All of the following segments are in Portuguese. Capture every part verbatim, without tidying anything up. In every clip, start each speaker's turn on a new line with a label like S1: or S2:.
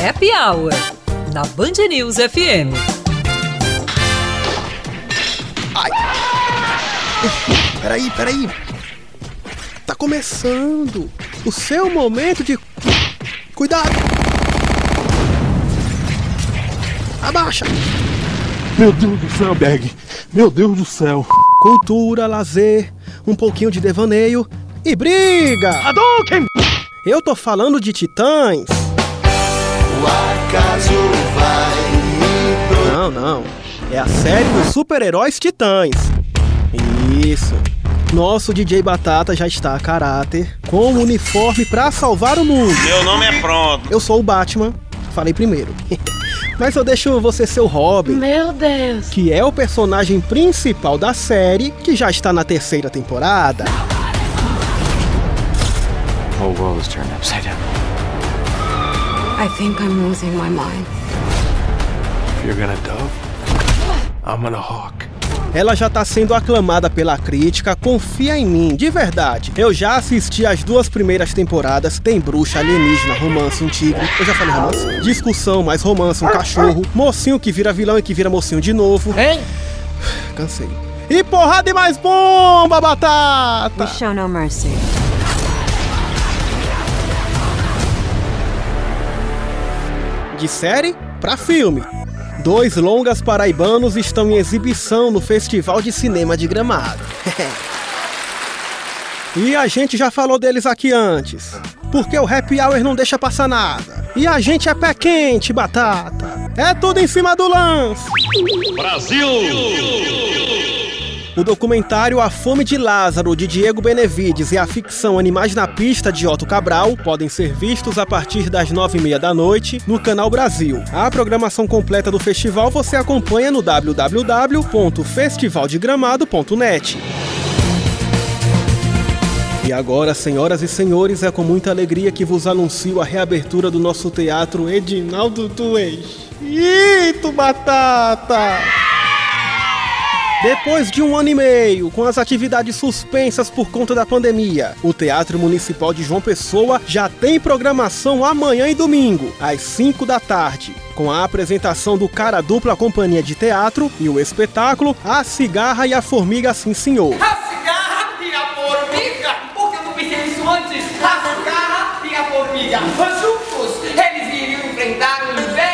S1: Happy Hour, na Band News F M.
S2: Ai! Peraí, peraí. Tá começando o seu momento de... Cuidado! Abaixa!
S3: Meu Deus do céu, Berg! Meu Deus do céu!
S2: Cultura, lazer, um pouquinho de devaneio e briga!
S3: Hadouken!
S2: Eu tô falando de Titãs!
S4: O acaso vai me pro...
S2: Não, não. É a série dos super-heróis Titãs. Isso. Nosso D J Batata já está a caráter, com um uniforme pra salvar o mundo.
S5: Meu nome é Pronto.
S2: Eu sou o Batman, falei primeiro. Mas eu deixo você ser o Robin.
S6: Meu Deus.
S2: Que é o personagem principal da série, que já está na terceira temporada.
S7: The whole world is turned upside down.
S6: I think I'm losing my mind.
S7: If you're gonna dove, I'm gonna hawk.
S2: Ela já tá sendo aclamada pela crítica, confia em mim, de verdade. Eu já assisti as duas primeiras temporadas, tem bruxa, alienígena, romance, um tigre, eu já falei romance, discussão, mais romance, um cachorro, mocinho que vira vilão e que vira mocinho de novo.
S8: Hein?
S2: Cansei. E porrada e mais bomba, Batata!
S6: We show no mercy.
S2: De série pra filme. Dois longas paraibanos estão em exibição no Festival de Cinema de Gramado. E a gente já falou deles aqui antes, porque o Happy Hour não deixa passar nada. E a gente é pé quente, Batata. É tudo em cima do lance.
S3: Brasil!
S2: O documentário A Fome de Lázaro, de Diego Benevides, e a ficção Animais na Pista, de Otto Cabral, podem ser vistos a partir das nove e meia da noite no Canal Brasil. A programação completa do festival você acompanha no w w w ponto festival de gramado ponto net. E agora, senhoras e senhores, é com muita alegria que vos anuncio a reabertura do nosso teatro Edinaldo do Eixo. Ito, Batata! Depois de um ano e meio, com as atividades suspensas por conta da pandemia, o Teatro Municipal de João Pessoa já tem programação amanhã e domingo, às cinco da tarde, com a apresentação do Cara Dupla Companhia de Teatro e o espetáculo A Cigarra e a Formiga Sim Senhor.
S9: A cigarra e a formiga? Por que eu não pensei nisso antes? A cigarra e a formiga, juntos, eles iriam enfrentar o inverno.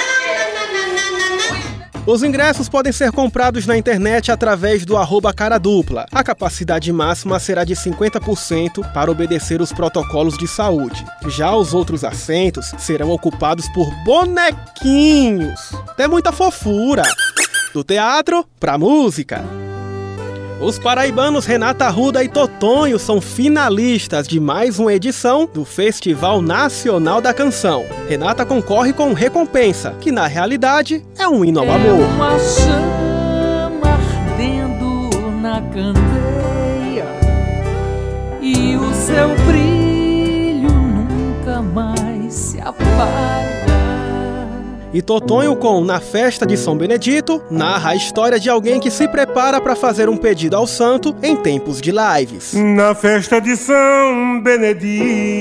S2: Os ingressos podem ser comprados na internet através do arroba Cara Dupla. A capacidade máxima será de cinquenta por cento para obedecer os protocolos de saúde. Já os outros assentos serão ocupados por bonequinhos. É muita fofura. Do teatro pra música. Os paraibanos Renata Arruda e Totonho são finalistas de mais uma edição do Festival Nacional da Canção. Renata concorre com recompensa, que na realidade é um hino ao amor.
S10: É uma chama ardendo na candeia e o seu brilho nunca mais se apaga.
S2: E Totonho com Na Festa de São Benedito narra a história de alguém que se prepara para fazer um pedido ao santo em tempos de lives.
S11: Na festa de São Benedito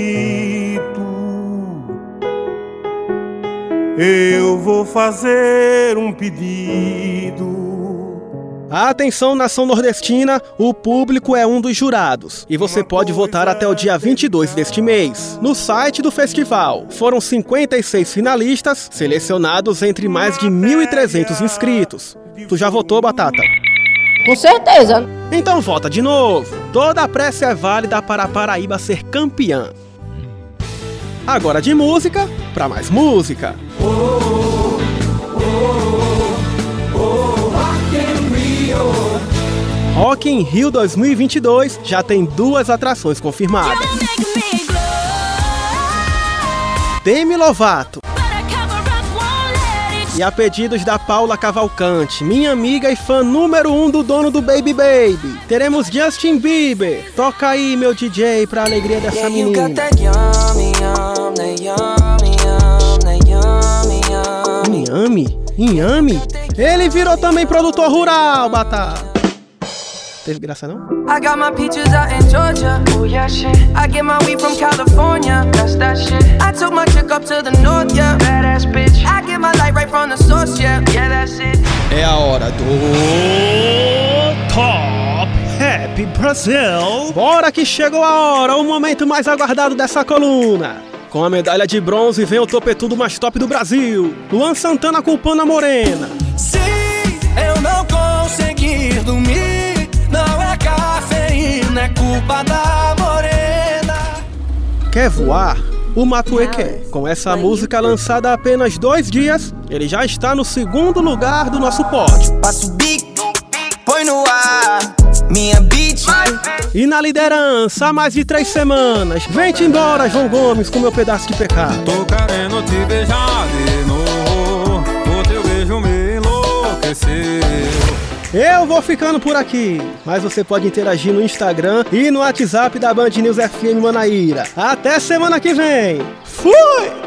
S11: eu vou fazer um pedido.
S2: Atenção, nação nordestina, o público é um dos jurados e você pode votar até o dia vinte e dois deste mês, no site do festival. Foram cinquenta e seis finalistas, selecionados entre mais de mil e trezentos inscritos. Tu já votou, Batata?
S6: Com certeza.
S2: Então vota de novo. Toda a pressa é válida para a Paraíba ser campeã. Agora de música, para mais música. Rock in Rio dois mil e vinte e dois já tem duas atrações confirmadas. Demi Lovato. E a pedidos da Paula Cavalcante, minha amiga e fã número um do dono do Baby Baby, teremos Justin Bieber. Toca aí, meu D J, pra alegria dessa menina. Inhame? Inhame? Ele virou também produtor rural, Batata. Teve graça, não?
S12: I got my peaches out in Georgia. Oh yeah, shit. I get my weed from California. That's that shit. I took my chick up to the north, yeah. right from the source, yeah, yeah, that's it.
S2: É a hora do Top Rap Brasil. Bora que chegou a hora, o momento mais aguardado dessa coluna. Com a medalha de bronze vem o topetudo mais top do Brasil, Luan Santana com Pana Morena.
S5: Se eu não conseguir dormir, não é cafeína, é culpa da morena.
S2: Quer voar? O Matuê quer. Com essa música lançada há apenas dois dias, ele já está no segundo lugar do nosso pódio.
S5: Passa o bico, põe no ar, minha beat.
S2: E na liderança há mais de três semanas, vem-te embora, João Gomes, com meu pedaço de pecado.
S8: Tô querendo te beijar de novo, o teu beijo me enlouqueceu.
S2: Eu vou ficando por aqui, mas você pode interagir no Instagram e no WhatsApp da Band News F M Manaíra. Até semana que vem. Fui!